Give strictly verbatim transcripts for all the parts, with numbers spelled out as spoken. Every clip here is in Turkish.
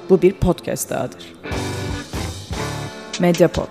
Bu bir podcast dahadır. Mediapod.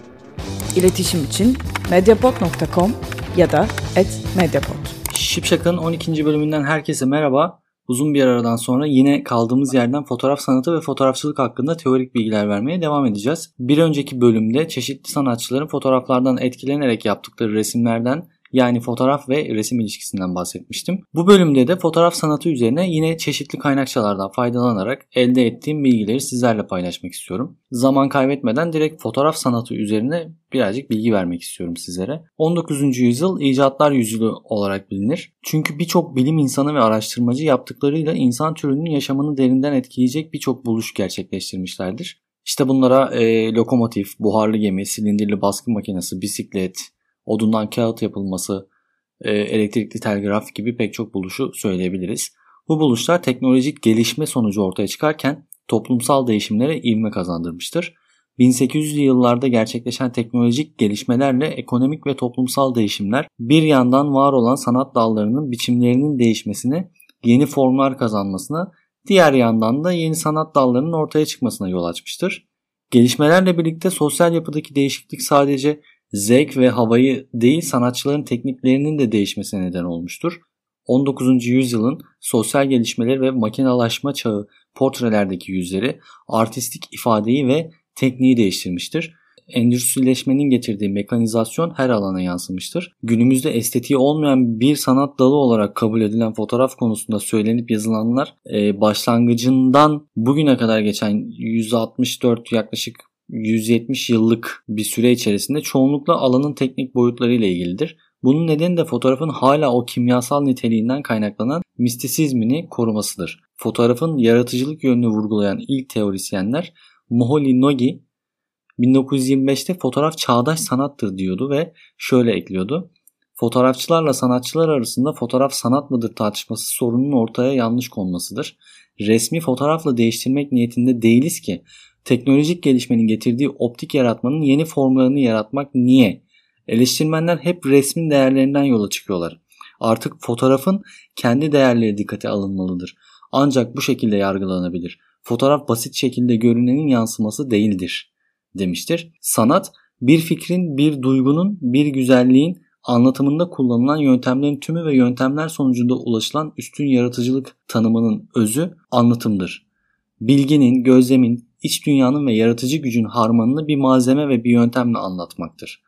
İletişim için mediapod nokta com ya da et mediapod. Şipşak'ın on ikinci bölümünden herkese merhaba. Uzun bir aradan sonra yine kaldığımız yerden fotoğraf sanatı ve fotoğrafçılık hakkında teorik bilgiler vermeye devam edeceğiz. Bir önceki bölümde çeşitli sanatçıların fotoğraflardan etkilenerek yaptıkları resimlerden, yani fotoğraf ve resim ilişkisinden bahsetmiştim. Bu bölümde de fotoğraf sanatı üzerine yine çeşitli kaynakçalardan faydalanarak elde ettiğim bilgileri sizlerle paylaşmak istiyorum. Zaman kaybetmeden direkt fotoğraf sanatı üzerine birazcık bilgi vermek istiyorum sizlere. on dokuzuncu yüzyıl icatlar yüzyılı olarak bilinir. Çünkü birçok bilim insanı ve araştırmacı yaptıklarıyla insan türünün yaşamını derinden etkileyecek birçok buluş gerçekleştirmişlerdir. İşte bunlara e, lokomotif, buharlı gemi, silindirli baskı makinesi, bisiklet, odundan kağıt yapılması, elektrikli telgraf gibi pek çok buluşu söyleyebiliriz. Bu buluşlar teknolojik gelişme sonucu ortaya çıkarken toplumsal değişimlere ivme kazandırmıştır. bin sekiz yüzlü yıllarda gerçekleşen teknolojik gelişmelerle ekonomik ve toplumsal değişimler bir yandan var olan sanat dallarının biçimlerinin değişmesine, yeni formlar kazanmasına, diğer yandan da yeni sanat dallarının ortaya çıkmasına yol açmıştır. Gelişmelerle birlikte sosyal yapıdaki değişiklik sadece zevk ve havayı değil, sanatçıların tekniklerinin de değişmesine neden olmuştur. on dokuzuncu yüzyılın sosyal gelişmeleri ve makinalaşma çağı portrelerdeki yüzleri, artistik ifadeyi ve tekniği değiştirmiştir. Endüstrileşmenin getirdiği mekanizasyon her alana yansımıştır. Günümüzde estetiği olmayan bir sanat dalı olarak kabul edilen fotoğraf konusunda söylenip yazılanlar başlangıcından bugüne kadar geçen yüz altmış dört yaklaşık yüz yetmiş yıllık bir süre içerisinde çoğunlukla alanın teknik boyutlarıyla ilgilidir. Bunun nedeni de fotoğrafın hala o kimyasal niteliğinden kaynaklanan mistisizmini korumasıdır. Fotoğrafın yaratıcılık yönünü vurgulayan ilk teorisyenler Moholy Nagy bin dokuz yüz yirmi beşte fotoğraf çağdaş sanattır diyordu ve şöyle ekliyordu: fotoğrafçılarla sanatçılar arasında fotoğraf sanat mıdır tartışması sorunun ortaya yanlış konmasıdır. Resmi fotoğrafla değiştirmek niyetinde değiliz ki teknolojik gelişmenin getirdiği optik yaratmanın yeni formlarını yaratmak niye? Eleştirmenler hep resmin değerlerinden yola çıkıyorlar. Artık fotoğrafın kendi değerleri dikkate alınmalıdır. Ancak bu şekilde yargılanabilir. Fotoğraf basit şekilde görünenin yansıması değildir demiştir. Sanat, bir fikrin, bir duygunun, bir güzelliğin anlatımında kullanılan yöntemlerin tümü ve yöntemler sonucunda ulaşılan üstün yaratıcılık tanımının özü anlatımdır. Bilginin, gözlemin, iç dünyanın ve yaratıcı gücün harmanını bir malzeme ve bir yöntemle anlatmaktır.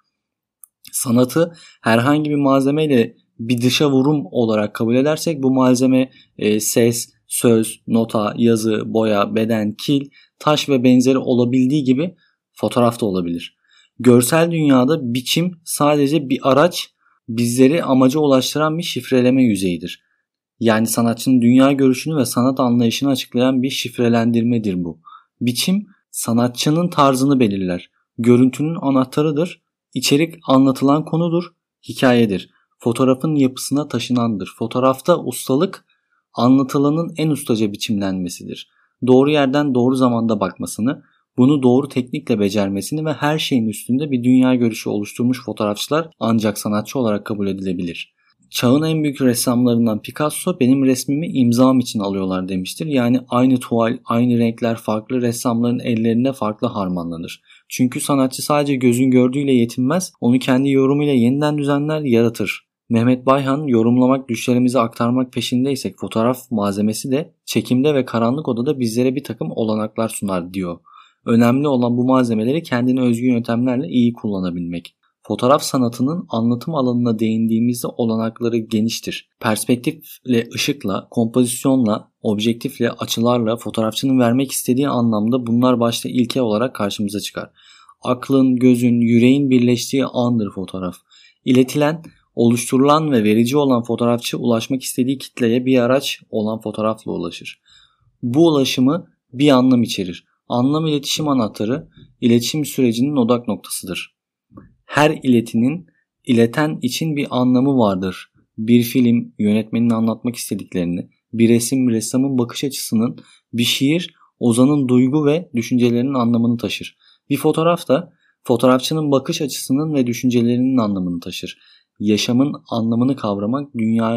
Sanatı herhangi bir malzemeyle bir dışa vurum olarak kabul edersek bu malzeme e, ses, söz, nota, yazı, boya, beden, kil, taş ve benzeri olabildiği gibi fotoğraf da olabilir. Görsel dünyada biçim sadece bir araç, bizleri amaca ulaştıran bir şifreleme yüzeyidir. Yani sanatçının dünya görüşünü ve sanat anlayışını açıklayan bir şifrelendirmedir bu. Biçim sanatçının tarzını belirler. Görüntünün anahtarıdır. İçerik anlatılan konudur, hikayedir. Fotoğrafın yapısına taşınandır. Fotoğrafta ustalık anlatılanın en ustaca biçimlenmesidir. Doğru yerden doğru zamanda bakmasını, bunu doğru teknikle becermesini ve her şeyin üstünde bir dünya görüşü oluşturmuş fotoğrafçılar ancak sanatçı olarak kabul edilebilir. Çağın en büyük ressamlarından Picasso benim resmimi imzam için alıyorlar demiştir. Yani aynı tuval, aynı renkler farklı ressamların ellerinde farklı harmanlanır. Çünkü sanatçı sadece gözün gördüğüyle yetinmez, onu kendi yorumuyla yeniden düzenler, yaratır. Mehmet Bayhan, yorumlamak, düşlerimizi aktarmak peşindeysek fotoğraf malzemesi de çekimde ve karanlık odada bizlere bir takım olanaklar sunar diyor. Önemli olan bu malzemeleri kendine özgü yöntemlerle iyi kullanabilmek. Fotoğraf sanatının anlatım alanına değindiğimizde olanakları geniştir. Perspektifle, ışıkla, kompozisyonla, objektifle, açılarla fotoğrafçının vermek istediği anlamda bunlar başta ilke olarak karşımıza çıkar. Aklın, gözün, yüreğin birleştiği andır fotoğraf. İletilen, oluşturulan ve verici olan fotoğrafçı ulaşmak istediği kitleye bir araç olan fotoğrafla ulaşır. Bu ulaşımı bir anlam içerir. Anlam iletişim anahtarı, iletişim sürecinin odak noktasıdır. Her iletinin ileten için bir anlamı vardır. Bir film yönetmenin anlatmak istediklerini, bir resim ressamın bakış açısının, bir şiir ozanın duygu ve düşüncelerinin anlamını taşır. Bir fotoğraf da fotoğrafçının bakış açısının ve düşüncelerinin anlamını taşır. Yaşamın anlamını kavramak, dünyayı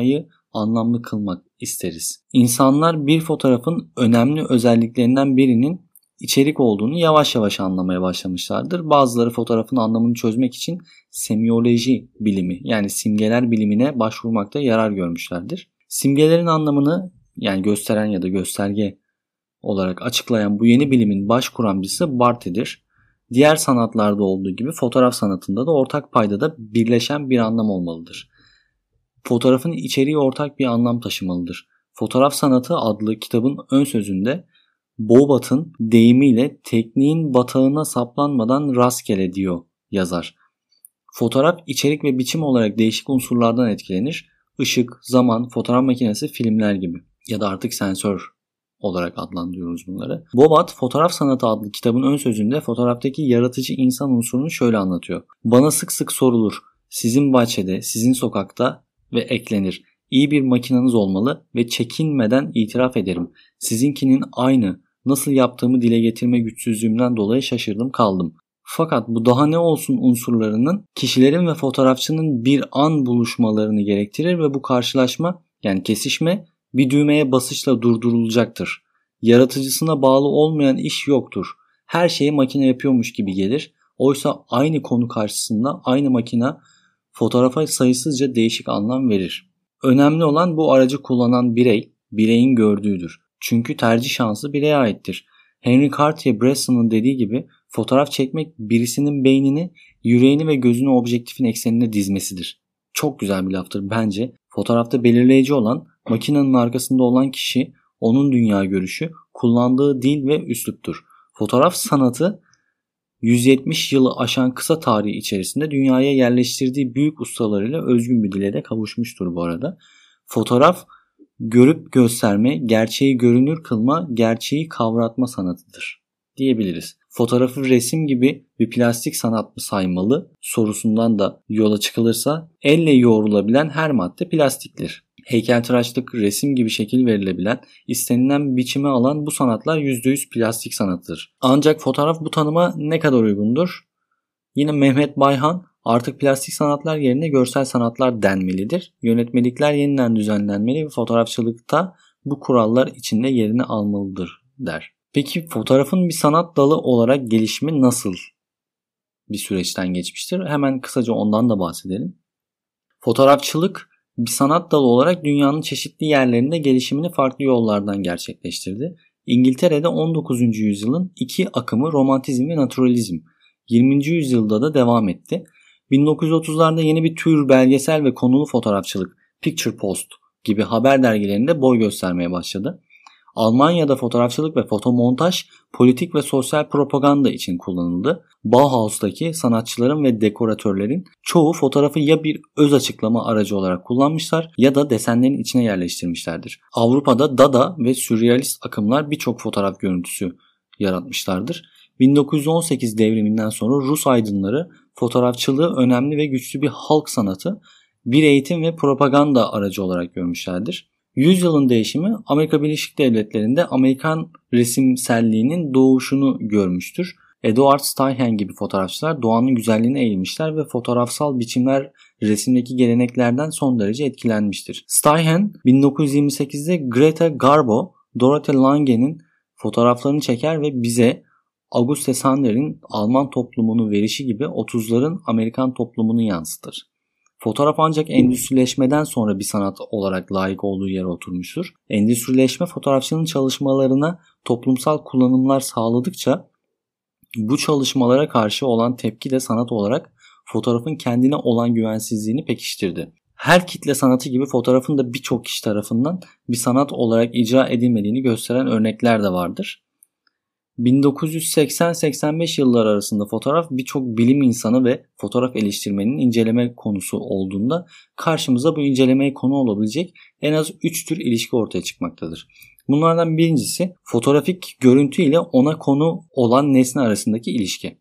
anlamlı kılmak isteriz. İnsanlar bir fotoğrafın önemli özelliklerinden birinin içerik olduğunu yavaş yavaş anlamaya başlamışlardır. Bazıları fotoğrafın anlamını çözmek için semiyoloji bilimi yani simgeler bilimine başvurmakta yarar görmüşlerdir. Simgelerin anlamını yani gösteren ya da gösterge olarak açıklayan bu yeni bilimin baş kuramcısı Barthes'dir. Diğer sanatlarda olduğu gibi fotoğraf sanatında da ortak paydada birleşen bir anlam olmalıdır. Fotoğrafın içeriği ortak bir anlam taşımalıdır. Fotoğraf Sanatı adlı kitabın ön sözünde Bobat'ın deyimiyle tekniğin batağına saplanmadan rastgele diyor yazar. Fotoğraf içerik ve biçim olarak değişik unsurlardan etkilenir. Işık, zaman, fotoğraf makinesi, filmler gibi ya da artık sensör olarak adlandırıyoruz bunları. Bobat, Fotoğraf Sanatı adlı kitabın ön sözünde fotoğraftaki yaratıcı insan unsurunu şöyle anlatıyor. Bana sık sık sorulur. Sizin bahçede, sizin sokakta ve eklenir. İyi bir makineniz olmalı ve çekinmeden itiraf ederim. Sizinkinin aynı. Nasıl yaptığımı dile getirme güçsüzlüğümden dolayı şaşırdım kaldım. Fakat bu daha ne olsun unsurlarının kişilerin ve fotoğrafçının bir an buluşmalarını gerektirir ve bu karşılaşma yani kesişme bir düğmeye basışla durdurulacaktır. Yaratıcısına bağlı olmayan iş yoktur. Her şeyi makine yapıyormuş gibi gelir. Oysa aynı konu karşısında aynı makine fotoğrafa sayısızca değişik anlam verir. Önemli olan bu aracı kullanan birey, bireyin gördüğüdür. Çünkü tercih şansı bireye aittir. Henry Cartier-Bresson'un dediği gibi fotoğraf çekmek birisinin beynini, yüreğini ve gözünü objektifin eksenine dizmesidir. Çok güzel bir laftır bence. Fotoğrafta belirleyici olan makinenin arkasında olan kişi, onun dünya görüşü, kullandığı dil ve üsluptur. Fotoğraf sanatı yüz yetmiş yılı aşan kısa tarihi içerisinde dünyaya yerleştirdiği büyük ustalarıyla özgün bir dile de kavuşmuştur bu arada. Fotoğraf görüp gösterme, gerçeği görünür kılma, gerçeği kavratma sanatıdır diyebiliriz. Fotoğrafı resim gibi bir plastik sanat mı saymalı sorusundan da yola çıkılırsa elle yoğrulabilen her madde plastiktir. Heykeltıraşlık, resim gibi şekil verilebilen, istenilen biçimi alan bu sanatlar yüzde yüz plastik sanatıdır. Ancak fotoğraf bu tanıma ne kadar uygundur? Yine Mehmet Bayhan, artık plastik sanatlar yerine görsel sanatlar denmelidir. Yönetmelikler yeniden düzenlenmeli ve fotoğrafçılıkta bu kurallar içinde yerini almalıdır der. Peki fotoğrafın bir sanat dalı olarak gelişimi nasıl bir süreçten geçmiştir? Hemen kısaca ondan da bahsedelim. Fotoğrafçılık bir sanat dalı olarak dünyanın çeşitli yerlerinde gelişimini farklı yollardan gerçekleştirdi. İngiltere'de on dokuzuncu yüzyılın iki akımı romantizm ve naturalizm yirminci yüzyılda da devam etti. bin dokuz yüz otuzlarda yeni bir tür belgesel ve konulu fotoğrafçılık, Picture Post gibi haber dergilerinde boy göstermeye başladı. Almanya'da fotoğrafçılık ve fotomontaj politik ve sosyal propaganda için kullanıldı. Bauhaus'taki sanatçıların ve dekoratörlerin çoğu fotoğrafı ya bir öz açıklama aracı olarak kullanmışlar ya da desenlerin içine yerleştirmişlerdir. Avrupa'da Dada ve sürrealist akımlar birçok fotoğraf görüntüsü yaratmışlardır. bin dokuz yüz on sekiz devriminden sonra Rus aydınları fotoğrafçılığı önemli ve güçlü bir halk sanatı, bir eğitim ve propaganda aracı olarak görmüşlerdir. Yüzyılın değişimi Amerika Birleşik Devletleri'nde Amerikan resimselliğinin doğuşunu görmüştür. Edward Steichen gibi fotoğrafçılar doğanın güzelliğine eğilmişler ve fotoğrafsal biçimler resimdeki geleneklerden son derece etkilenmiştir. Steichen bin dokuz yüz yirmi sekizde Greta Garbo, Dorothee Lange'nin fotoğraflarını çeker ve bize Auguste Sander'in Alman toplumunu verişi gibi otuzların Amerikan toplumunu yansıtır. Fotoğraf ancak endüstrileşmeden sonra bir sanat olarak layık olduğu yere oturmuştur. Endüstrileşme fotoğrafçının çalışmalarına toplumsal kullanımlar sağladıkça bu çalışmalara karşı olan tepki de sanat olarak fotoğrafın kendine olan güvensizliğini pekiştirdi. Her kitle sanatı gibi fotoğrafın da birçok kişi tarafından bir sanat olarak icra edilmediğini gösteren örnekler de vardır. bin dokuz yüz seksen seksen beş yılları arasında fotoğraf birçok bilim insanı ve fotoğraf eleştirmenin inceleme konusu olduğunda karşımıza bu incelemeye konu olabilecek en az üç tür ilişki ortaya çıkmaktadır. Bunlardan birincisi fotoğrafik görüntü ile ona konu olan nesne arasındaki ilişki.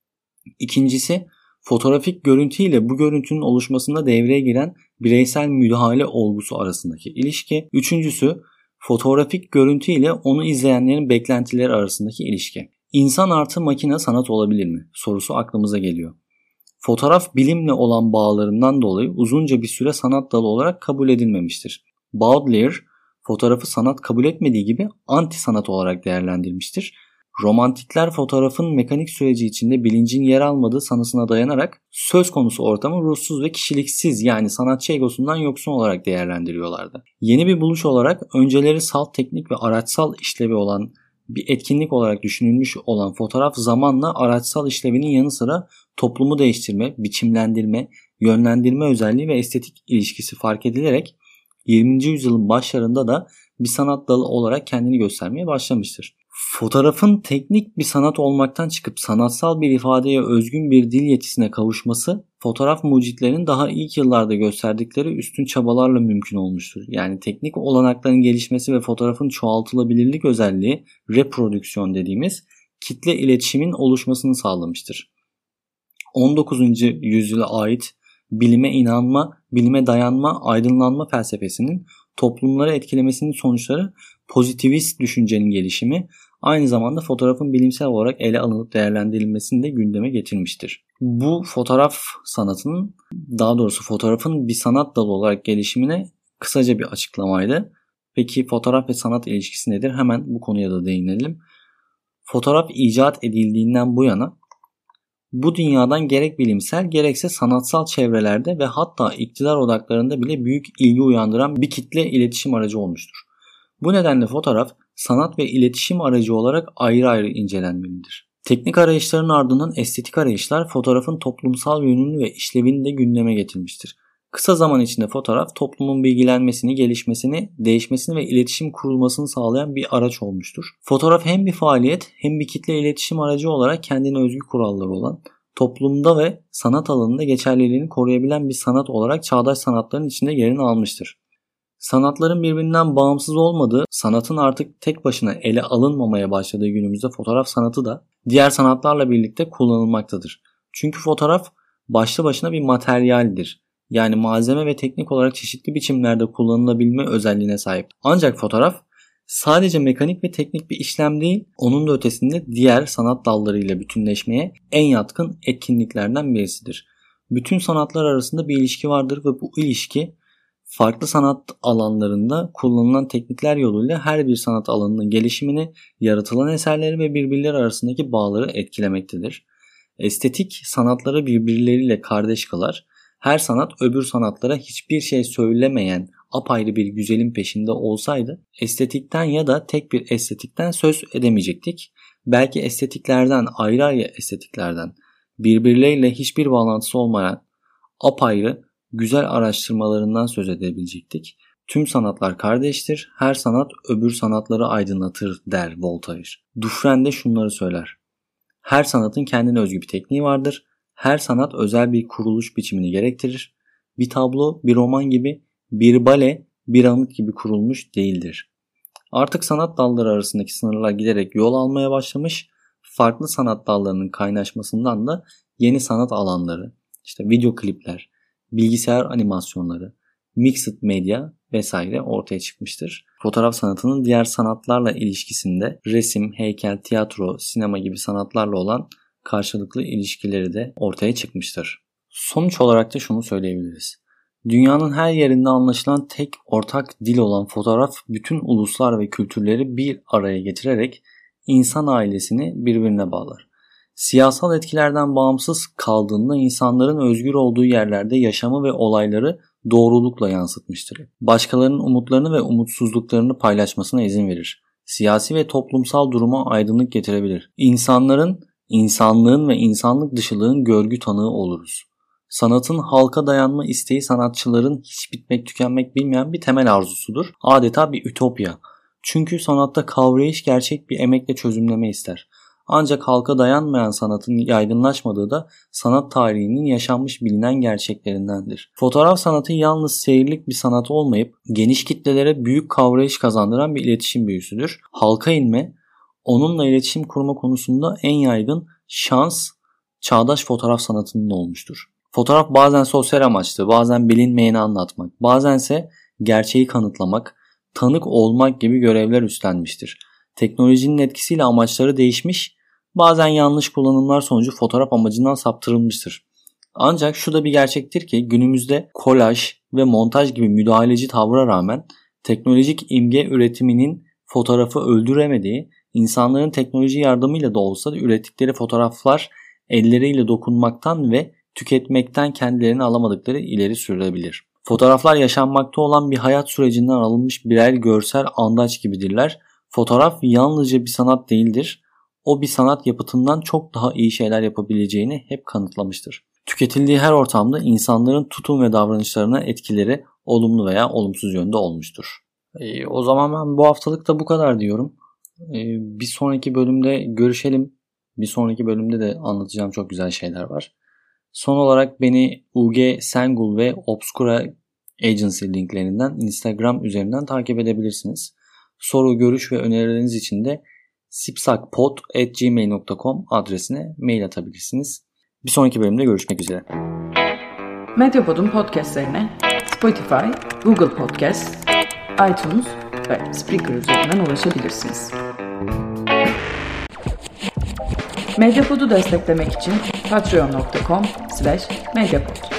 İkincisi fotoğrafik görüntü ile bu görüntünün oluşmasında devreye giren bireysel müdahale olgusu arasındaki ilişki. Üçüncüsü fotoğrafik görüntü ile onu izleyenlerin beklentileri arasındaki ilişki. İnsan artı makine sanat olabilir mi? Sorusu aklımıza geliyor. Fotoğraf bilimle olan bağlarından dolayı uzunca bir süre sanat dalı olarak kabul edilmemiştir. Baudelaire fotoğrafı sanat kabul etmediği gibi anti sanat olarak değerlendirmiştir. Romantikler fotoğrafın mekanik süreci içinde bilincin yer almadığı sanısına dayanarak söz konusu ortamı ruhsuz ve kişiliksiz, yani sanatçı egosundan yoksun olarak değerlendiriyorlardı. Yeni bir buluş olarak önceleri salt teknik ve araçsal işlevi olan bir etkinlik olarak düşünülmüş olan fotoğraf zamanla araçsal işlevinin yanı sıra toplumu değiştirme, biçimlendirme, yönlendirme özelliği ve estetik ilişkisi fark edilerek yirminci yüzyılın başlarında da bir sanat dalı olarak kendini göstermeye başlamıştır. Fotoğrafın teknik bir sanat olmaktan çıkıp sanatsal bir ifadeye özgün bir dil yetisine kavuşması, fotoğraf mucitlerinin daha ilk yıllarda gösterdikleri üstün çabalarla mümkün olmuştur. Yani teknik olanakların gelişmesi ve fotoğrafın çoğaltılabilirlik özelliği, reprodüksiyon dediğimiz kitle iletişimin oluşmasını sağlamıştır. on dokuzuncu yüzyıla ait bilime inanma, bilime dayanma, aydınlanma felsefesinin toplumları etkilemesinin sonuçları pozitivist düşüncenin gelişimi, aynı zamanda fotoğrafın bilimsel olarak ele alınıp değerlendirilmesini de gündeme getirmiştir. Bu fotoğraf sanatının, daha doğrusu fotoğrafın bir sanat dalı olarak gelişimine kısaca bir açıklamaydı. Peki fotoğraf ve sanat ilişkisi nedir? Hemen bu konuya da değinelim. Fotoğraf icat edildiğinden bu yana bu dünyadan gerek bilimsel gerekse sanatsal çevrelerde ve hatta iktidar odaklarında bile büyük ilgi uyandıran bir kitle iletişim aracı olmuştur. Bu nedenle fotoğraf sanat ve iletişim aracı olarak ayrı ayrı incelenmelidir. Teknik arayışların ardından estetik arayışlar fotoğrafın toplumsal yönünü ve işlevini de gündeme getirmiştir. Kısa zaman içinde fotoğraf toplumun bilgilenmesini, gelişmesini, değişmesini ve iletişim kurulmasını sağlayan bir araç olmuştur. Fotoğraf hem bir faaliyet hem bir kitle iletişim aracı olarak kendine özgü kuralları olan, toplumda ve sanat alanında geçerliliğini koruyabilen bir sanat olarak çağdaş sanatların içinde yerini almıştır. Sanatların birbirinden bağımsız olmadığı, sanatın artık tek başına ele alınmamaya başladığı günümüzde fotoğraf sanatı da diğer sanatlarla birlikte kullanılmaktadır. Çünkü fotoğraf başlı başına bir materyaldir. Yani malzeme ve teknik olarak çeşitli biçimlerde kullanılabilme özelliğine sahip. Ancak fotoğraf sadece mekanik ve teknik bir işlem değil, onun da ötesinde diğer sanat dallarıyla bütünleşmeye en yatkın etkinliklerden birisidir. Bütün sanatlar arasında bir ilişki vardır ve bu ilişki farklı sanat alanlarında kullanılan teknikler yoluyla her bir sanat alanının gelişimini, yaratılan eserleri ve birbirleri arasındaki bağları etkilemektedir. Estetik sanatları birbirleriyle kardeş kılar. Her sanat öbür sanatlara hiçbir şey söylemeyen apayrı bir güzelin peşinde olsaydı estetikten ya da tek bir estetikten söz edemeyecektik. Belki estetiklerden, ayrı ayrı estetiklerden, birbirleriyle hiçbir bağlantısı olmayan apayrı güzel araştırmalarından söz edebilecektik. Tüm sanatlar kardeştir, her sanat öbür sanatları aydınlatır der Voltaire. Dufresne de şunları söyler. Her sanatın kendine özgü bir tekniği vardır. Her sanat özel bir kuruluş biçimini gerektirir. Bir tablo, bir roman gibi, bir bale, bir anıt gibi kurulmuş değildir. Artık sanat dalları arasındaki sınırlar giderek yol almaya başlamış. Farklı sanat dallarının kaynaşmasından da yeni sanat alanları, işte video klipler, bilgisayar animasyonları, mixed media vesaire ortaya çıkmıştır. Fotoğraf sanatının diğer sanatlarla ilişkisinde resim, heykel, tiyatro, sinema gibi sanatlarla olan karşılıklı ilişkileri de ortaya çıkmıştır. Sonuç olarak da şunu söyleyebiliriz. Dünyanın her yerinde anlaşılan tek ortak dil olan fotoğraf bütün uluslar ve kültürleri bir araya getirerek insan ailesini birbirine bağlar. Siyasal etkilerden bağımsız kaldığında insanların özgür olduğu yerlerde yaşamı ve olayları doğrulukla yansıtmıştır. Başkalarının umutlarını ve umutsuzluklarını paylaşmasına izin verir. Siyasi ve toplumsal duruma aydınlık getirebilir. İnsanların, insanlığın ve insanlık dışılığın görgü tanığı oluruz. Sanatın halka dayanma isteği sanatçıların hiç bitmek tükenmek bilmeyen bir temel arzusudur. Adeta bir ütopya. Çünkü sanatta kavrayış gerçek bir emekle çözümleme ister. Ancak halka dayanmayan sanatın yaygınlaşmadığı da sanat tarihinin yaşanmış bilinen gerçeklerindendir. Fotoğraf sanatı yalnız seyirlik bir sanat olmayıp geniş kitlelere büyük kavrayış kazandıran bir iletişim büyüsüdür. Halka inme, onunla iletişim kurma konusunda en yaygın şans çağdaş fotoğraf sanatının olmuştur. Fotoğraf bazen sosyal amaçlı, bazen bilinmeyeni anlatmak, bazense gerçeği kanıtlamak, tanık olmak gibi görevler üstlenmiştir. Teknolojinin etkisiyle amaçları değişmiş, bazen yanlış kullanımlar sonucu fotoğraf amacından saptırılmıştır. Ancak şu da bir gerçektir ki günümüzde kolaj ve montaj gibi müdahaleci tavra rağmen teknolojik imge üretiminin fotoğrafı öldüremediği, insanların teknoloji yardımıyla da olsa da ürettikleri fotoğraflar elleriyle dokunmaktan ve tüketmekten kendilerini alamadıkları ileri sürülebilir. Fotoğraflar yaşanmakta olan bir hayat sürecinden alınmış birer görsel andaç gibidirler. Fotoğraf yalnızca bir sanat değildir. O bir sanat yapıtından çok daha iyi şeyler yapabileceğini hep kanıtlamıştır. Tüketildiği her ortamda insanların tutum ve davranışlarına etkileri olumlu veya olumsuz yönde olmuştur. E, o zaman ben bu haftalık da bu kadar diyorum. E, bir sonraki bölümde görüşelim. Bir sonraki bölümde de anlatacağım çok güzel şeyler var. Son olarak beni U G Sengul ve Obscura Agency linklerinden Instagram üzerinden takip edebilirsiniz. Soru, görüş ve önerileriniz için de sipsakpod at gmail nokta com adresine mail atabilirsiniz. Bir sonraki bölümde görüşmek üzere. Medyapod'un podcastlerine Spotify, Google Podcast, iTunes ve Spreaker üzerinden ulaşabilirsiniz. Medyapod'u desteklemek için patreon nokta com slash medyapod.